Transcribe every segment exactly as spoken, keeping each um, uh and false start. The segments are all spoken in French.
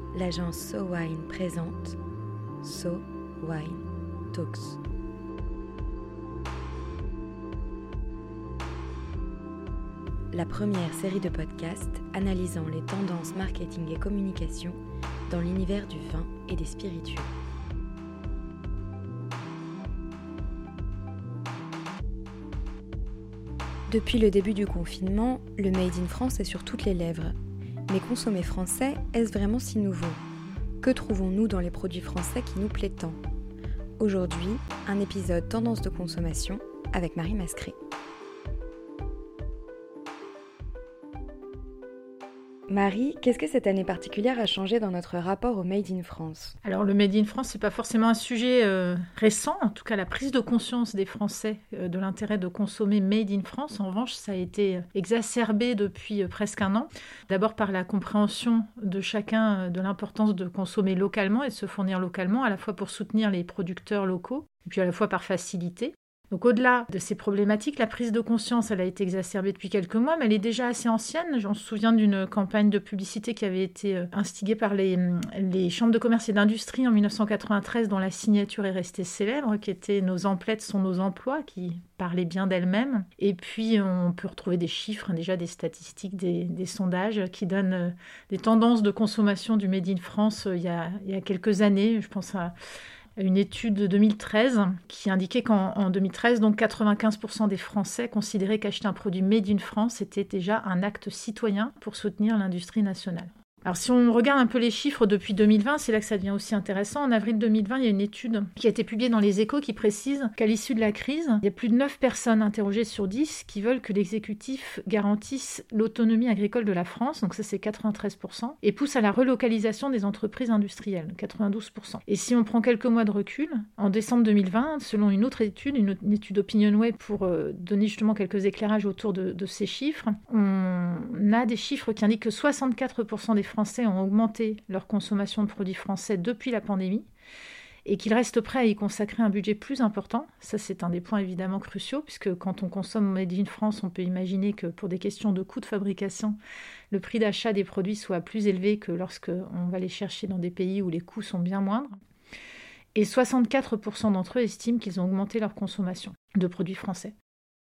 l'agence So Wine présente So Wine Talks. La première série de podcasts analysant les tendances marketing et communication dans l'univers du vin et des spiritueux. Depuis le début du confinement, le Made in France est sur toutes les lèvres. Mais consommer français, est-ce vraiment si nouveau ? Que trouvons-nous dans les produits français qui nous plaît tant ? Aujourd'hui, un épisode tendance de consommation avec Marie Mascret. Marie, qu'est-ce que cette année particulière a changé dans notre rapport au Made in France ? Alors le Made in France, c'est pas forcément un sujet euh, récent, en tout cas la prise de conscience des Français euh, de l'intérêt de consommer Made in France. En revanche, ça a été exacerbé depuis euh, presque un an. D'abord par la compréhension de chacun euh, de l'importance de consommer localement et de se fournir localement, à la fois pour soutenir les producteurs locaux, et puis à la fois par facilité. Donc au-delà de ces problématiques, la prise de conscience, elle a été exacerbée depuis quelques mois, mais elle est déjà assez ancienne. J'en me souviens d'une campagne de publicité qui avait été instigée par les, les chambres de commerce et d'industrie en dix-neuf cent quatre-vingt-treize, dont la signature est restée célèbre, qui était « Nos emplettes sont nos emplois », qui parlait bien d'elle-même. Et puis on peut retrouver des chiffres, déjà des statistiques, des, des sondages qui donnent des tendances de consommation du Made in France il y a, il y a quelques années. Je pense à une étude de deux mille treize qui indiquait qu'en en deux mille treize, donc quatre-vingt-quinze pour cent des Français considéraient qu'acheter un produit Made in France était déjà un acte citoyen pour soutenir l'industrie nationale. Alors si on regarde un peu les chiffres depuis deux mille vingt, c'est là que ça devient aussi intéressant. En avril deux mille vingt, il y a une étude qui a été publiée dans Les Échos qui précise qu'à l'issue de la crise, il y a plus de neuf personnes interrogées sur dix qui veulent que l'exécutif garantisse l'autonomie agricole de la France, donc ça c'est quatre-vingt-treize pour cent, et pousse à la relocalisation des entreprises industrielles, quatre-vingt-douze pour cent. Et si on prend quelques mois de recul, en décembre deux mille vingt, selon une autre étude, une, une étude OpinionWay pour euh, donner justement quelques éclairages autour de, de ces chiffres, on a des chiffres qui indiquent que soixante-quatre pour cent des Français ont augmenté leur consommation de produits français depuis la pandémie et qu'ils restent prêts à y consacrer un budget plus important. Ça, c'est un des points évidemment cruciaux, puisque quand on consomme Made in France, on peut imaginer que pour des questions de coûts de fabrication, le prix d'achat des produits soit plus élevé que lorsqu'on va les chercher dans des pays où les coûts sont bien moindres. Et soixante-quatre pour cent d'entre eux estiment qu'ils ont augmenté leur consommation de produits français.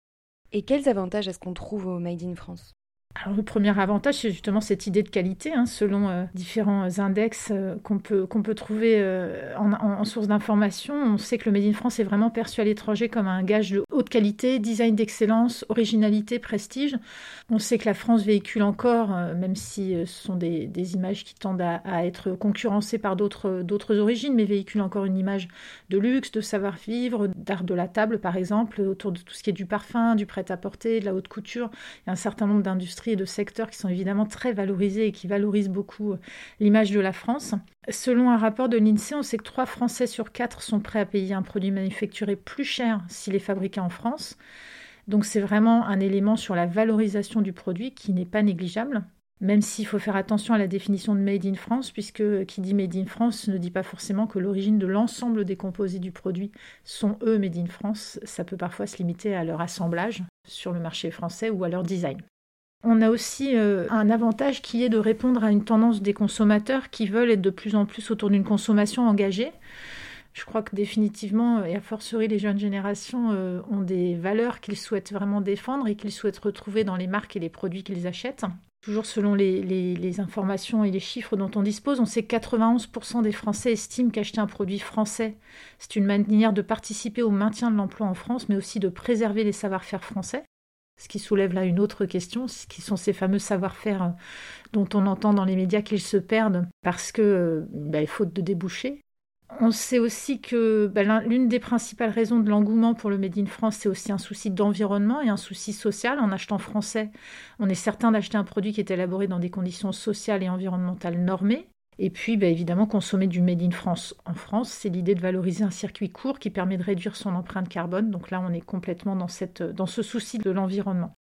Et quels avantages est-ce qu'on trouve au Made in France ? Alors, le premier avantage, c'est justement cette idée de qualité, hein, selon euh, différents index euh, qu'on peut, qu'on peut trouver euh, en, en, en source d'information. On sait que le Made in France est vraiment perçu à l'étranger comme un gage de haute qualité, design d'excellence, originalité, prestige. On sait que la France véhicule encore, euh, même si euh, ce sont des, des images qui tendent à, à être concurrencées par d'autres, d'autres origines, mais véhicule encore une image de luxe, de savoir-vivre, d'art de la table, par exemple, autour de tout ce qui est du parfum, du prêt-à-porter, de la haute couture. Il y a un certain nombre d'industries et de secteurs qui sont évidemment très valorisés et qui valorisent beaucoup l'image de la France. Selon un rapport de l'INSEE, on sait que trois Français sur quatre sont prêts à payer un produit manufacturé plus cher s'il est fabriqué en France. Donc c'est vraiment un élément sur la valorisation du produit qui n'est pas négligeable. Même s'il faut faire attention à la définition de Made in France, puisque qui dit Made in France ne dit pas forcément que l'origine de l'ensemble des composés du produit sont eux Made in France. Ça peut parfois se limiter à leur assemblage sur le marché français ou à leur design. On a aussi euh, un avantage qui est de répondre à une tendance des consommateurs qui veulent être de plus en plus autour d'une consommation engagée. Je crois que définitivement, et a fortiori les jeunes générations, euh, ont des valeurs qu'ils souhaitent vraiment défendre et qu'ils souhaitent retrouver dans les marques et les produits qu'ils achètent. Toujours selon les, les, les informations et les chiffres dont on dispose, on sait que quatre-vingt-onze pour cent des Français estiment qu'acheter un produit français, c'est une manière de participer au maintien de l'emploi en France, mais aussi de préserver les savoir-faire français. Ce qui soulève là une autre question, ce qui sont ces fameux savoir-faire dont on entend dans les médias qu'ils se perdent parce que, bah, faute de débouchés. On sait aussi que bah, l'une des principales raisons de l'engouement pour le Made in France, c'est aussi un souci d'environnement et un souci social. En achetant français, on est certain d'acheter un produit qui est élaboré dans des conditions sociales et environnementales normées. Et puis, bah, évidemment, consommer du Made in France en France, c'est l'idée de valoriser un circuit court qui permet de réduire son empreinte carbone. Donc là, on est complètement dans, cette, dans ce souci de l'environnement.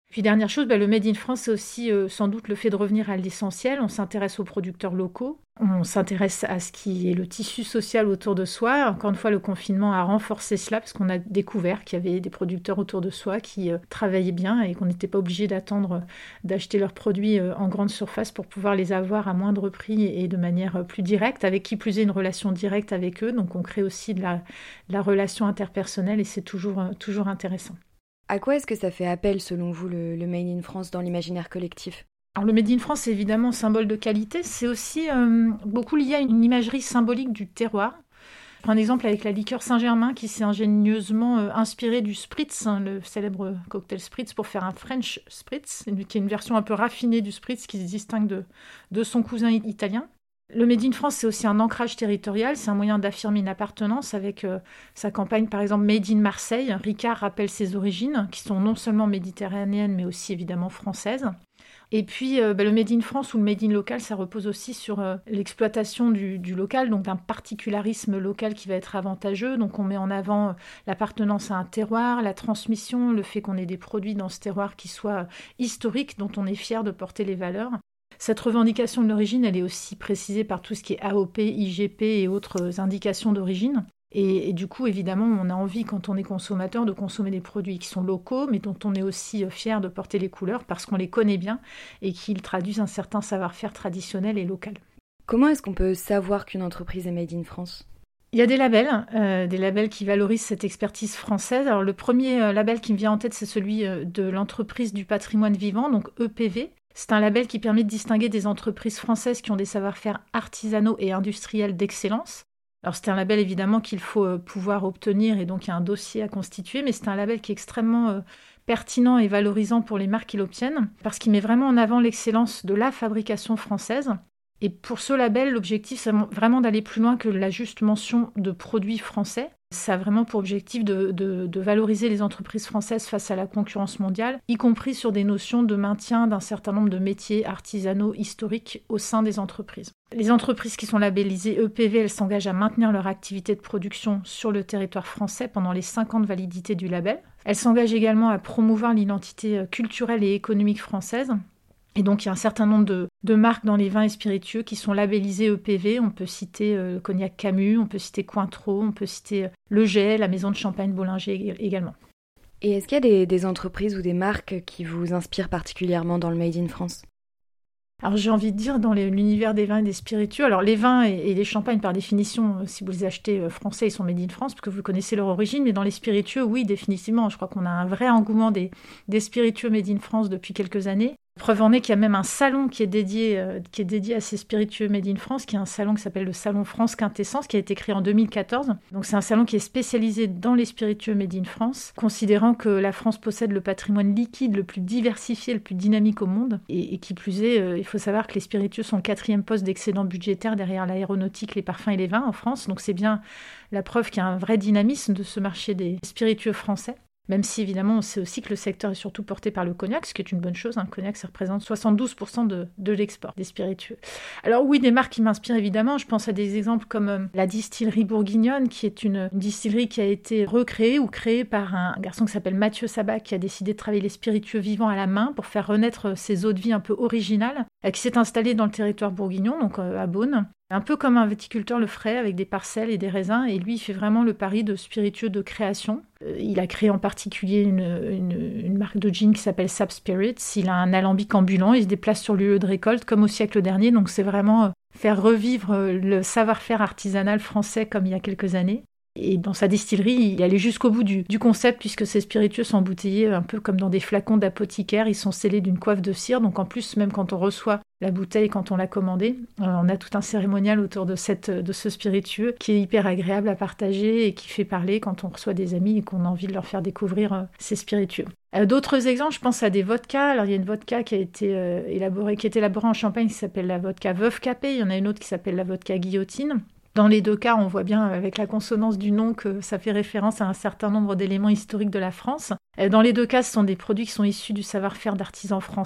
Puis dernière chose, bah, le Made in France, c'est aussi euh, sans doute le fait de revenir à l'essentiel. On s'intéresse aux producteurs locaux, on s'intéresse à ce qui est le tissu social autour de soi. Encore une fois, le confinement a renforcé cela parce qu'on a découvert qu'il y avait des producteurs autour de soi qui euh, travaillaient bien et qu'on n'était pas obligé d'attendre euh, d'acheter leurs produits euh, en grande surface pour pouvoir les avoir à moindre prix et de manière euh, plus directe, avec qui plus est une relation directe avec eux. Donc on crée aussi de la, de la relation interpersonnelle et c'est toujours, euh, toujours intéressant. À quoi est-ce que ça fait appel, selon vous, le, le Made in France dans l'imaginaire collectif ? Alors le Made in France, c'est évidemment symbole de qualité. C'est aussi euh, beaucoup lié à une imagerie symbolique du terroir. Je prends un exemple avec la liqueur Saint-Germain qui s'est ingénieusement euh, inspirée du Spritz, hein, le célèbre cocktail Spritz, pour faire un French Spritz, qui est une version un peu raffinée du Spritz qui se distingue de, de son cousin italien. Le Made in France, c'est aussi un ancrage territorial, c'est un moyen d'affirmer une appartenance avec euh, sa campagne, par exemple, Made in Marseille. Ricard rappelle ses origines, qui sont non seulement méditerranéennes, mais aussi évidemment françaises. Et puis, euh, bah, le Made in France ou le Made in local, ça repose aussi sur euh, l'exploitation du, du local, donc d'un particularisme local qui va être avantageux. Donc, on met en avant euh, l'appartenance à un terroir, la transmission, le fait qu'on ait des produits dans ce terroir qui soient historiques, dont on est fier de porter les valeurs. Cette revendication de l'origine, elle est aussi précisée par tout ce qui est A O P, I G P et autres indications d'origine. Et, et du coup, évidemment, on a envie, quand on est consommateur, de consommer des produits qui sont locaux, mais dont on est aussi fier de porter les couleurs parce qu'on les connaît bien et qu'ils traduisent un certain savoir-faire traditionnel et local. Comment est-ce qu'on peut savoir qu'une entreprise est Made in France ? Il y a des labels, euh, des labels qui valorisent cette expertise française. Alors, le premier euh, label qui me vient en tête, c'est celui euh, de l'entreprise du patrimoine vivant, donc E P V. C'est un label qui permet de distinguer des entreprises françaises qui ont des savoir-faire artisanaux et industriels d'excellence. Alors c'est un label évidemment qu'il faut euh, pouvoir obtenir et donc il y a un dossier à constituer, mais c'est un label qui est extrêmement euh, pertinent et valorisant pour les marques qui l'obtiennent parce qu'il met vraiment en avant l'excellence de la fabrication française. Et pour ce label, l'objectif c'est vraiment d'aller plus loin que la juste mention de produits français. Ça a vraiment pour objectif de, de, de valoriser les entreprises françaises face à la concurrence mondiale, y compris sur des notions de maintien d'un certain nombre de métiers artisanaux historiques au sein des entreprises. Les entreprises qui sont labellisées E P V, elles s'engagent à maintenir leur activité de production sur le territoire français pendant les cinq ans de validité du label. Elles s'engagent également à promouvoir l'identité culturelle et économique française. Et donc, il y a un certain nombre de, de marques dans les vins et spiritueux qui sont labellisées E P V. On peut citer euh, le cognac Camus, on peut citer Cointreau, on peut citer euh, Le Jet, la maison de champagne Bollinger également. Et est-ce qu'il y a des, des entreprises ou des marques qui vous inspirent particulièrement dans le Made in France ? Alors j'ai envie de dire dans les, l'univers des vins et des spiritueux, alors les vins et, et les champagnes par définition, si vous les achetez français, ils sont made in France parce que vous connaissez leur origine, mais dans les spiritueux, oui, définitivement, je crois qu'on a un vrai engouement des, des spiritueux made in France depuis quelques années. Preuve en est qu'il y a même un salon qui est dédié, euh, qui est dédié à ces spiritueux made in France, qui est un salon qui s'appelle le Salon France Quintessence, qui a été créé en deux mille quatorze. Donc c'est un salon qui est spécialisé dans les spiritueux made in France, considérant que la France possède le patrimoine liquide le plus diversifié, le plus dynamique au monde. Et, et qui plus est, euh, il faut savoir que les spiritueux sont le quatrième poste d'excédent budgétaire derrière l'aéronautique, les parfums et les vins en France. Donc c'est bien la preuve qu'il y a un vrai dynamisme de ce marché des spiritueux français. Même si, évidemment, on sait aussi que le secteur est surtout porté par le cognac, ce qui est une bonne chose. Hein. Le cognac, ça représente soixante-douze pour cent de, de l'export des spiritueux. Alors oui, des marques qui m'inspirent, évidemment. Je pense à des exemples comme euh, la distillerie bourguignonne, qui est une, une distillerie qui a été recréée ou créée par un, un garçon qui s'appelle Mathieu Sabac, qui a décidé de travailler les spiritueux vivants à la main pour faire renaître ces eaux de vie un peu originales, euh, qui s'est installé dans le territoire bourguignon, donc euh, à Beaune. Un peu comme un viticulteur le ferait avec des parcelles et des raisins, et lui il fait vraiment le pari de spiritueux de création. Euh, il a créé en particulier une, une, une marque de gin qui s'appelle Sap Spirits. Il a un alambic ambulant, il se déplace sur le lieu de récolte comme au siècle dernier, donc c'est vraiment euh, faire revivre euh, le savoir-faire artisanal français comme il y a quelques années. Et dans sa distillerie, il allait jusqu'au bout du, du concept, puisque ces spiritueux sont embouteillés un peu comme dans des flacons d'apothicaire. Ils sont scellés d'une coiffe de cire. Donc en plus, même quand on reçoit la bouteille, quand on l'a commandée, euh, on a tout un cérémonial autour de, cette, de ce spiritueux qui est hyper agréable à partager et qui fait parler quand on reçoit des amis et qu'on a envie de leur faire découvrir euh, ces spiritueux. Euh, d'autres exemples, je pense à des vodkas. Alors il y a une vodka qui a été euh, élaborée, qui est élaborée en Champagne qui s'appelle la vodka Veuve Capet. Il y en a une autre qui s'appelle la vodka Guillotine. Dans les deux cas, on voit bien avec la consonance du nom que ça fait référence à un certain nombre d'éléments historiques de la France. Dans les deux cas, ce sont des produits qui sont issus du savoir-faire d'artisans français.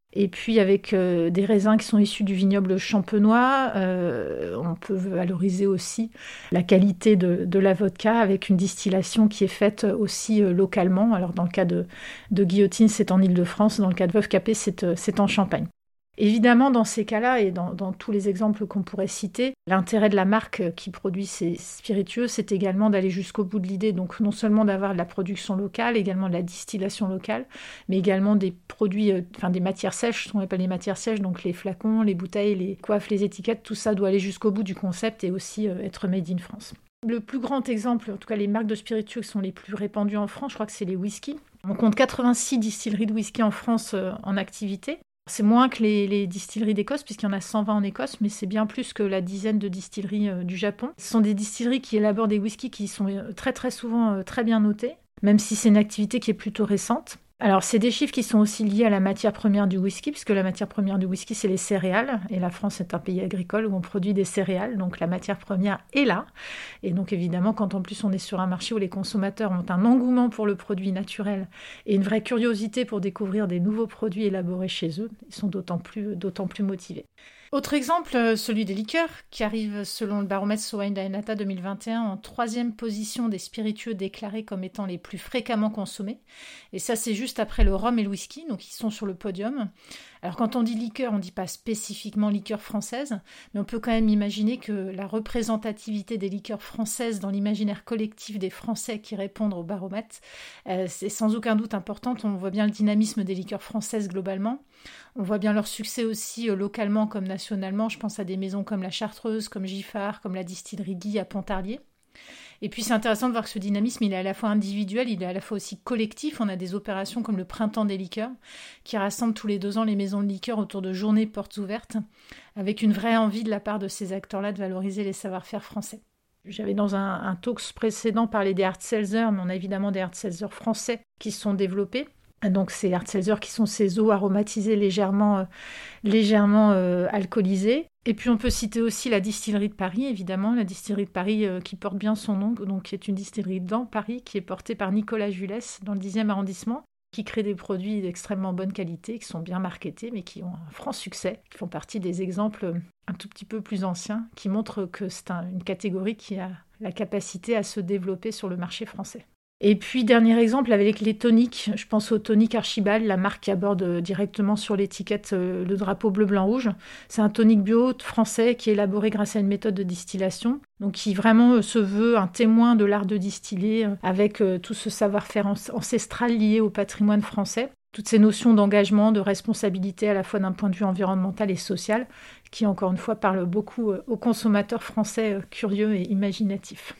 Et puis avec euh, des raisins qui sont issus du vignoble champenois, euh, on peut valoriser aussi la qualité de, de la vodka avec une distillation qui est faite aussi euh, localement. Alors dans le cas de, de Guillotine, c'est en Île-de-France, dans le cas de Veuve Capet, c'est, euh, c'est en Champagne. Évidemment, dans ces cas-là, et dans, dans tous les exemples qu'on pourrait citer, l'intérêt de la marque qui produit ces spiritueux, c'est également d'aller jusqu'au bout de l'idée. Donc non seulement d'avoir de la production locale, également de la distillation locale, mais également des produits, euh, enfin des matières sèches, ce qu'on appelle les matières sèches, donc les flacons, les bouteilles, les coiffes, les étiquettes, tout ça doit aller jusqu'au bout du concept et aussi euh, être made in France. Le plus grand exemple, en tout cas les marques de spiritueux qui sont les plus répandues en France, je crois que c'est les whiskies. On compte quatre-vingt-six distilleries de whisky en France euh, en activité. C'est moins que les, les distilleries d'Écosse, puisqu'il y en a cent vingt en Écosse, mais c'est bien plus que la dizaine de distilleries euh, du Japon. Ce sont des distilleries qui élaborent des whiskies qui sont euh, très très souvent euh, très bien notés, même si c'est une activité qui est plutôt récente. Alors, c'est des chiffres qui sont aussi liés à la matière première du whisky, puisque la matière première du whisky, c'est les céréales. Et la France est un pays agricole où on produit des céréales, donc la matière première est là. Et donc, évidemment, quand en plus on est sur un marché où les consommateurs ont un engouement pour le produit naturel et une vraie curiosité pour découvrir des nouveaux produits élaborés chez eux, ils sont d'autant plus, d'autant plus motivés. Autre exemple, celui des liqueurs, qui arrive selon le baromètre SoWine Data deux mille vingt et un en troisième position des spiritueux déclarés comme étant les plus fréquemment consommés. Et ça, c'est juste après le rhum et le whisky, donc ils sont sur le podium. Alors quand on dit liqueur, on ne dit pas spécifiquement liqueur française, mais on peut quand même imaginer que la représentativité des liqueurs françaises dans l'imaginaire collectif des Français qui répondent au baromètre, euh, c'est sans aucun doute importante. On voit bien le dynamisme des liqueurs françaises globalement. On voit bien leur succès aussi euh, localement comme nationalement. Je pense à des maisons comme la Chartreuse, comme Giffard, comme la distillerie Guy à Pontarlier. Et puis c'est intéressant de voir que ce dynamisme, il est à la fois individuel, il est à la fois aussi collectif. On a des opérations comme le Printemps des liqueurs, qui rassemblent tous les deux ans les maisons de liqueurs autour de journées portes ouvertes, avec une vraie envie de la part de ces acteurs-là de valoriser les savoir-faire français. J'avais dans un, un talk précédent parlé des hard seltzers, mais on a évidemment des hard seltzers français qui se sont développés. Donc ces hard seltzers qui sont ces eaux aromatisées légèrement, euh, légèrement euh, alcoolisées. Et puis on peut citer aussi la distillerie de Paris, évidemment, la distillerie de Paris euh, qui porte bien son nom, donc qui est une distillerie dans Paris, qui est portée par Nicolas Julès dans le dixième arrondissement, qui crée des produits d'extrêmement bonne qualité, qui sont bien marketés, mais qui ont un franc succès, qui font partie des exemples un tout petit peu plus anciens, qui montrent que c'est un, une catégorie qui a la capacité à se développer sur le marché français. Et puis, dernier exemple, avec les toniques. Je pense au tonique Archibald, la marque qui aborde directement sur l'étiquette le drapeau bleu-blanc-rouge. C'est un tonique bio français qui est élaboré grâce à une méthode de distillation, donc qui vraiment se veut un témoin de l'art de distiller, avec tout ce savoir-faire ancestral lié au patrimoine français. Toutes ces notions d'engagement, de responsabilité à la fois d'un point de vue environnemental et social, qui encore une fois parlent beaucoup aux consommateurs français curieux et imaginatifs.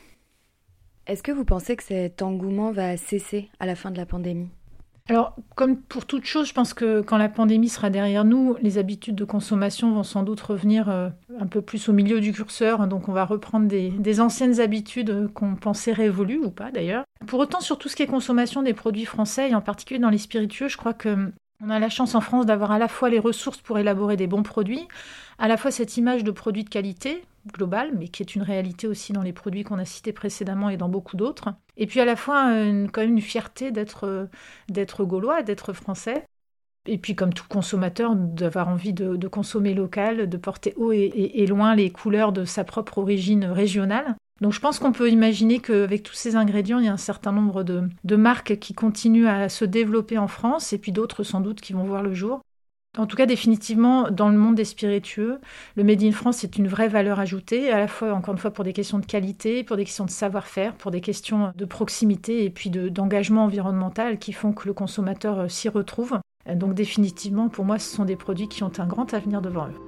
Est-ce que vous pensez que cet engouement va cesser à la fin de la pandémie ? Alors, comme pour toute chose, je pense que quand la pandémie sera derrière nous, les habitudes de consommation vont sans doute revenir euh, un peu plus au milieu du curseur. Donc, on va reprendre des, des anciennes habitudes qu'on pensait révolues, ou pas d'ailleurs. Pour autant, sur tout ce qui est consommation des produits français, et en particulier dans les spiritueux, je crois que on a la chance en France d'avoir à la fois les ressources pour élaborer des bons produits, à la fois cette image de produits de qualité globale, mais qui est une réalité aussi dans les produits qu'on a cités précédemment et dans beaucoup d'autres, et puis à la fois une, quand même une fierté d'être, d'être gaulois, d'être français, et puis comme tout consommateur, d'avoir envie de, de consommer local, de porter haut et, et, et loin les couleurs de sa propre origine régionale. Donc je pense qu'on peut imaginer qu'avec tous ces ingrédients, il y a un certain nombre de, de marques qui continuent à se développer en France, et puis d'autres sans doute qui vont voir le jour. En tout cas, définitivement, dans le monde des spiritueux, le Made in France est une vraie valeur ajoutée, à la fois, encore une fois, pour des questions de qualité, pour des questions de savoir-faire, pour des questions de proximité et puis de, d'engagement environnemental qui font que le consommateur s'y retrouve. Donc définitivement, pour moi, ce sont des produits qui ont un grand avenir devant eux.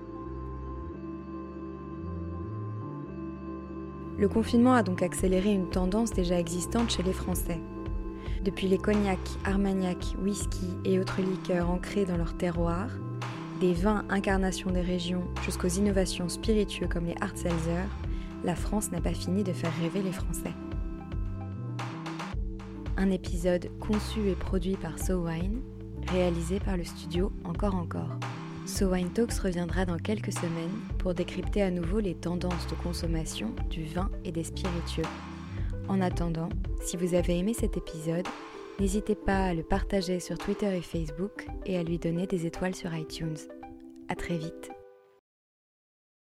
Le confinement a donc accéléré une tendance déjà existante chez les Français. Depuis les cognacs, armagnacs, whisky et autres liqueurs ancrées dans leur terroir, des vins incarnations des régions jusqu'aux innovations spiritueuses comme les hard seltzers, la France n'a pas fini de faire rêver les Français. Un épisode conçu et produit par SoWine, réalisé par le studio Encore Encore. SoWine Talks reviendra dans quelques semaines pour décrypter à nouveau les tendances de consommation du vin et des spiritueux. En attendant, si vous avez aimé cet épisode, N'hésitez pas à le partager sur Twitter et Facebook et à lui donner des étoiles sur iTunes. À très vite.